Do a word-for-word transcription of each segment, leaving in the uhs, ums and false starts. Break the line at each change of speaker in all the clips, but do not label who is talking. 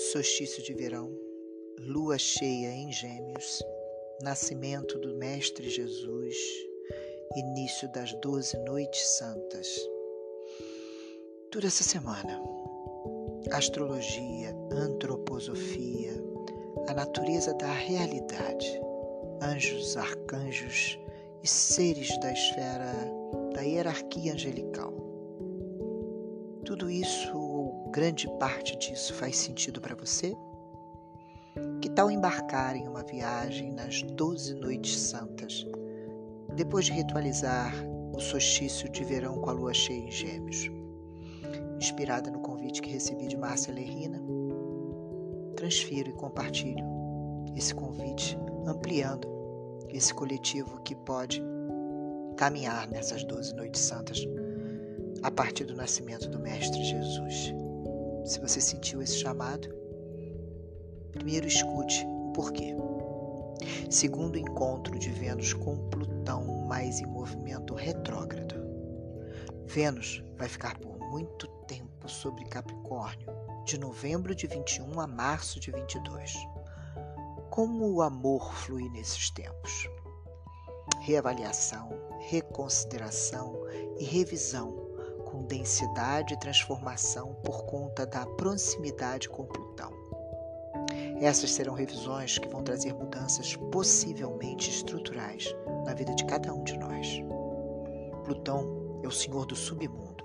Solstício de verão, lua cheia em Gêmeos, nascimento do Mestre Jesus, início das doze noites santas. Toda essa semana, astrologia, antroposofia, a natureza da realidade, anjos, arcanjos e seres da esfera da hierarquia angelical. Tudo isso, ou grande parte disso, faz sentido para você? Que tal embarcar em uma viagem nas doze noites santas, depois de ritualizar o solstício de verão com a lua cheia em Gêmeos? Inspirada no convite que recebi de Márcia Lerrina, transfiro e compartilho esse convite, ampliando esse coletivo que pode caminhar nessas doze noites santas a partir do nascimento do Mestre Jesus. Se você sentiu esse chamado, primeiro escute o porquê. Segundo encontro de Vênus com Plutão, mais em movimento retrógrado. Vênus vai ficar por muito tempo sobre Capricórnio, de novembro de vinte e um a março de vinte e dois. Como o amor flui nesses tempos? Reavaliação, reconsideração e revisão, com densidade e transformação por conta da proximidade com Plutão. Essas serão revisões que vão trazer mudanças possivelmente estruturais na vida de cada um de nós. Plutão é o senhor do submundo.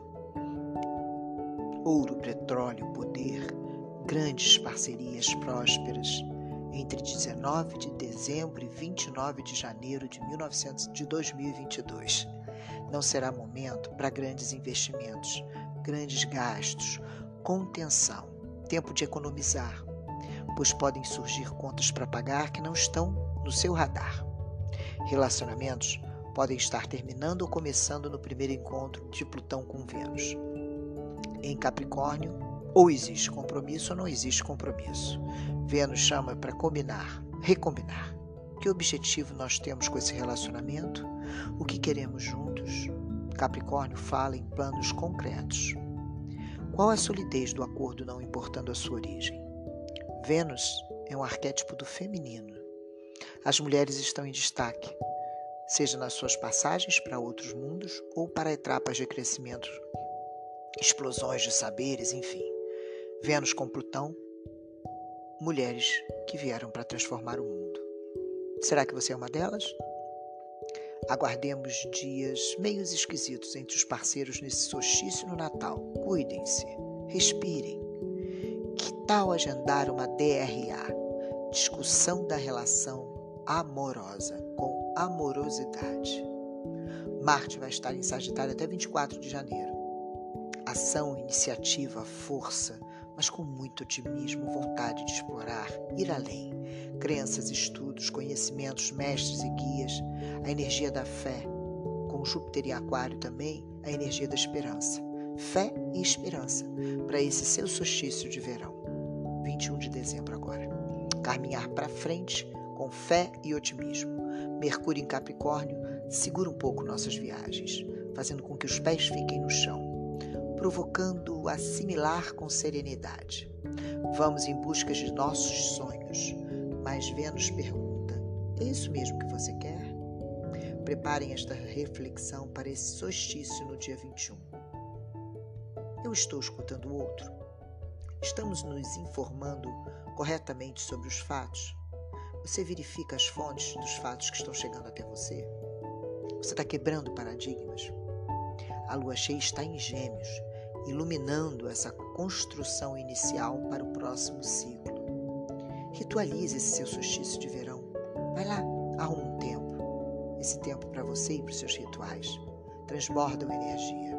Ouro, petróleo, poder, grandes parcerias prósperas entre dezenove de dezembro e vinte e nove de janeiro de, mil e novecentos, de dois mil e vinte e dois. Não será momento para grandes investimentos, grandes gastos, contenção, tempo de economizar, pois podem surgir contas para pagar que não estão no seu radar. Relacionamentos podem estar terminando ou começando no primeiro encontro de Plutão com Vênus. Em Capricórnio, ou existe compromisso ou não existe compromisso. Vênus chama para combinar, recombinar. Que objetivo nós temos com esse relacionamento? O que queremos juntos? Capricórnio fala em planos concretos. Qual a solidez do acordo não importando a sua origem? Vênus é um arquétipo do feminino. As mulheres estão em destaque, seja nas suas passagens para outros mundos ou para etapas de crescimento, explosões de saberes, enfim. Vênus com Plutão, mulheres que vieram para transformar o mundo. Será que você é uma delas? Aguardemos dias meios esquisitos entre os parceiros nesse solstício no Natal. Cuidem-se, respirem. Que tal agendar uma D R A? Discussão da relação amorosa, com amorosidade. Marte vai estar em Sagitário até vinte e quatro de janeiro. Ação, iniciativa, força, mas com muito otimismo, vontade de explorar, ir além. Crenças, estudos, conhecimentos, mestres e guias, a energia da fé. Com Júpiter em Aquário também, a energia da esperança. Fé e esperança para esse seu solstício de verão. vinte e um de dezembro agora. Caminhar para frente com fé e otimismo. Mercúrio em Capricórnio segura um pouco nossas viagens, fazendo com que os pés fiquem no chão, provocando assimilar com serenidade. Vamos em busca de nossos sonhos, mas Vênus pergunta: é isso mesmo que você quer? Preparem esta reflexão para esse solstício no dia vinte e um. Eu estou escutando o outro? Estamos nos informando corretamente sobre os fatos? Você verifica as fontes dos fatos que estão chegando até você? Você está quebrando paradigmas? A lua cheia está em Gêmeos, iluminando essa construção inicial para o próximo ciclo. Ritualize esse seu solstício de verão. Vai lá, arruma um tempo. Esse tempo para você e para os seus rituais. Transbordam energia.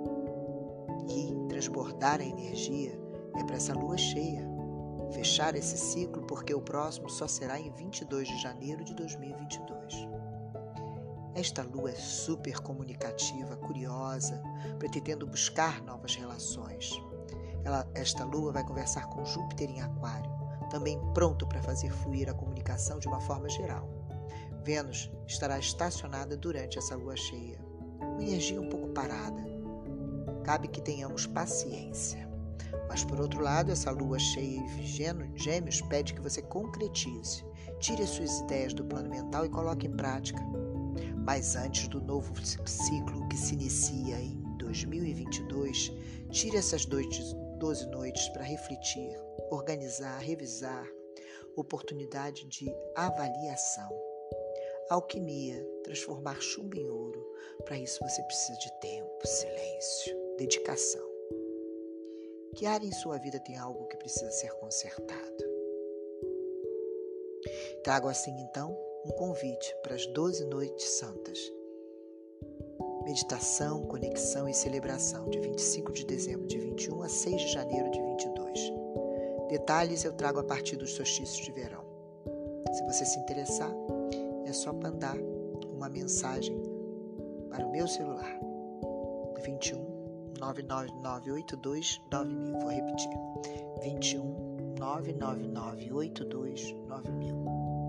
E transbordar a energia é para essa lua cheia. Fechar esse ciclo, porque o próximo só será em vinte e dois de janeiro de dois mil e vinte e dois. Esta lua é super comunicativa, curiosa, pretendendo buscar novas relações. Ela, esta lua vai conversar com Júpiter em Aquário, também pronto para fazer fluir a comunicação de uma forma geral. Vênus estará estacionada durante essa lua cheia, uma energia um pouco parada. Cabe que tenhamos paciência. Mas, por outro lado, essa lua cheia em Gêmeos pede que você concretize, tire as suas ideias do plano mental e coloque em prática. Mas antes do novo ciclo que se inicia em dois mil e vinte e dois, tire essas doze noites para refletir, organizar, revisar, oportunidade de avaliação. Alquimia, transformar chumbo em ouro. Para isso você precisa de tempo, silêncio, dedicação. Que área em sua vida tem algo que precisa ser consertado? Trago assim então um convite para as doze noites santas. Meditação, conexão e celebração de vinte e cinco de dezembro de vinte e um a seis de janeiro de vinte e dois. Detalhes eu trago a partir dos solstícios de verão. Se você se interessar, é só mandar uma mensagem para o meu celular. vinte e um, nove nove nove oito dois, nove mil. Vou repetir. vinte e um, nove nove nove oito dois, nove mil.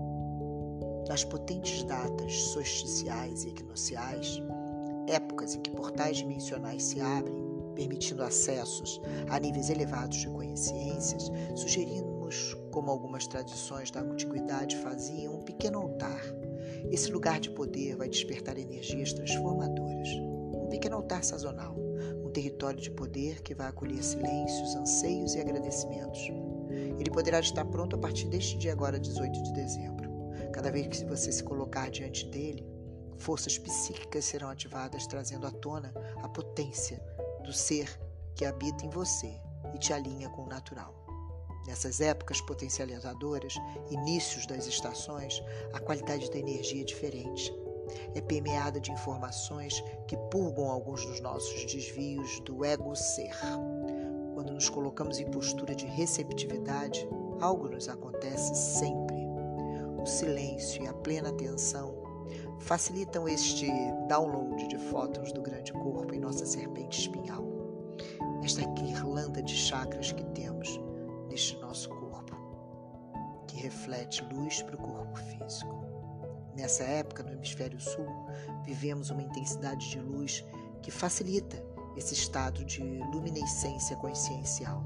Nas potentes datas solsticiais e equinociais, épocas em que portais dimensionais se abrem, permitindo acessos a níveis elevados de consciências, sugerimos, como algumas tradições da antiguidade faziam, um pequeno altar. Esse lugar de poder vai despertar energias transformadoras. Um pequeno altar sazonal, um território de poder que vai acolher silêncios, anseios e agradecimentos. Ele poderá estar pronto a partir deste dia agora, dezoito de dezembro. Cada vez que você se colocar diante dele, forças psíquicas serão ativadas, trazendo à tona a potência do ser que habita em você e te alinha com o natural. Nessas épocas potencializadoras, inícios das estações, a qualidade da energia é diferente. É permeada de informações que purgam alguns dos nossos desvios do ego-ser. Quando nos colocamos em postura de receptividade, algo nos acontece sempre. O silêncio e a plena atenção facilitam este download de fótons do grande corpo em nossa serpente espinhal. Esta guirlanda de chakras que temos neste nosso corpo, que reflete luz para o corpo físico. Nessa época, no hemisfério sul, vivemos uma intensidade de luz que facilita esse estado de luminescência consciencial.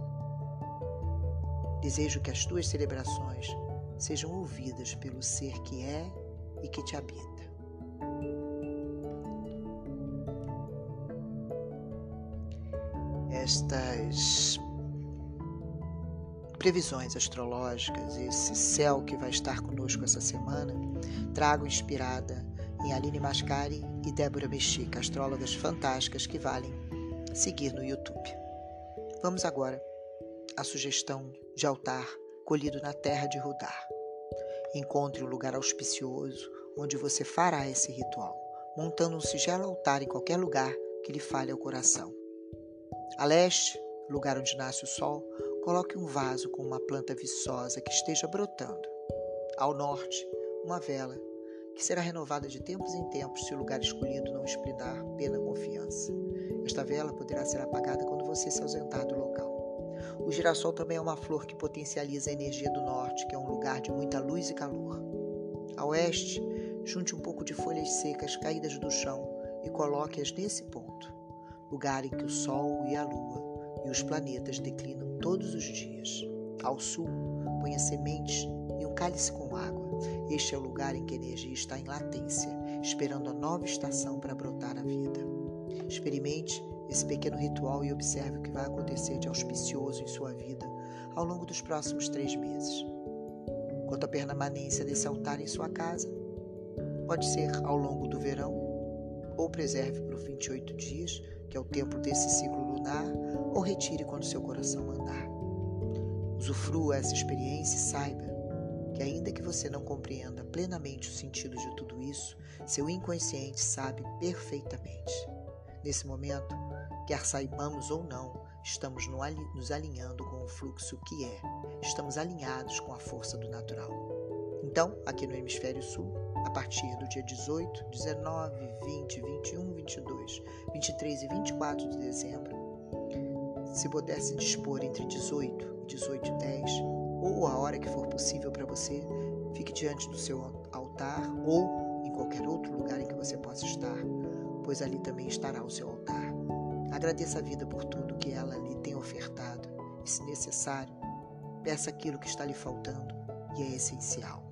Desejo que as tuas celebrações sejam ouvidas pelo ser que é e que te habita. Estas previsões astrológicas, esse céu que vai estar conosco essa semana, trago inspirada em Aline Mascari e Débora Mexica, astrólogas fantásticas que valem seguir no YouTube. Vamos agora à sugestão de altar colhido na terra de Rudar. Encontre um lugar auspicioso onde você fará esse ritual, montando um singelo altar em qualquer lugar que lhe fale ao coração. A leste, lugar onde nasce o sol, coloque um vaso com uma planta viçosa que esteja brotando. Ao norte, uma vela, que será renovada de tempos em tempos se o lugar escolhido não explicar plena confiança. Esta vela poderá ser apagada quando você se ausentar do local. O girassol também é uma flor que potencializa a energia do norte, que é um lugar de muita luz e calor. A oeste, junte um pouco de folhas secas caídas do chão e coloque-as nesse ponto, lugar em que o sol e a lua e os planetas declinam todos os dias. Ao sul, ponha sementes e um cálice com água. Este é o lugar em que a energia está em latência, esperando a nova estação para brotar a vida. Experimente esse pequeno ritual e observe o que vai acontecer de auspicioso em sua vida ao longo dos próximos três meses. Quanto à permanência desse altar em sua casa, pode ser ao longo do verão, ou preserve por vinte e oito dias, que é o tempo desse ciclo lunar, ou retire quando seu coração mandar. Usufrua essa experiência e saiba que, ainda que você não compreenda plenamente o sentido de tudo isso, seu inconsciente sabe perfeitamente. Nesse momento, quer saibamos ou não, estamos nos alinhando com o fluxo que é. Estamos alinhados com a força do natural. Então, aqui no Hemisfério Sul, a partir do dia dezoito, dezenove, vinte, vinte e um, vinte e dois, vinte e três e vinte e quatro de dezembro, se puder se dispor entre dezoito e dezoito e dez, ou a hora que for possível para você, fique diante do seu altar ou em qualquer outro lugar em que você possa estar, pois ali também estará o seu altar. Agradeça a vida por tudo que ela lhe tem ofertado e, se necessário, peça aquilo que está lhe faltando e é essencial.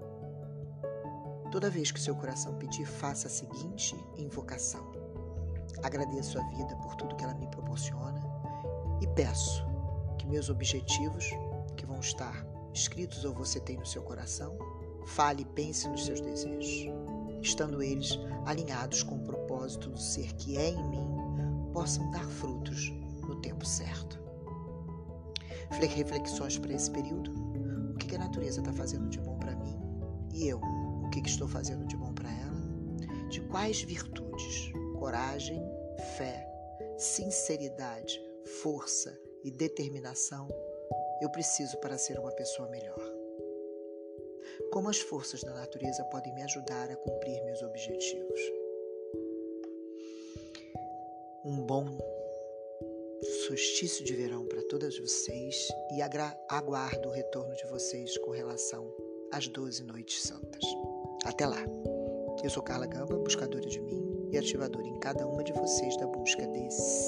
Toda vez que seu coração pedir, faça a seguinte invocação: agradeço a vida por tudo que ela me proporciona e peço que meus objetivos, que vão estar escritos ou você tem no seu coração, fale e pense nos seus desejos, estando eles alinhados com o propósito do ser que é em mim, possam dar frutos no tempo certo. Reflexões para esse período: o que a natureza está fazendo de bom para mim e eu, o que estou fazendo de bom para ela? De quais virtudes, coragem, fé, sinceridade, força e determinação eu preciso para ser uma pessoa melhor? Como as forças da natureza podem me ajudar a cumprir meus objetivos? Um bom solstício de verão para todas vocês e aguardo o retorno de vocês com relação às doze noites santas. Até lá! Eu sou Carla Gamba, buscadora de mim e ativadora em cada uma de vocês da busca desse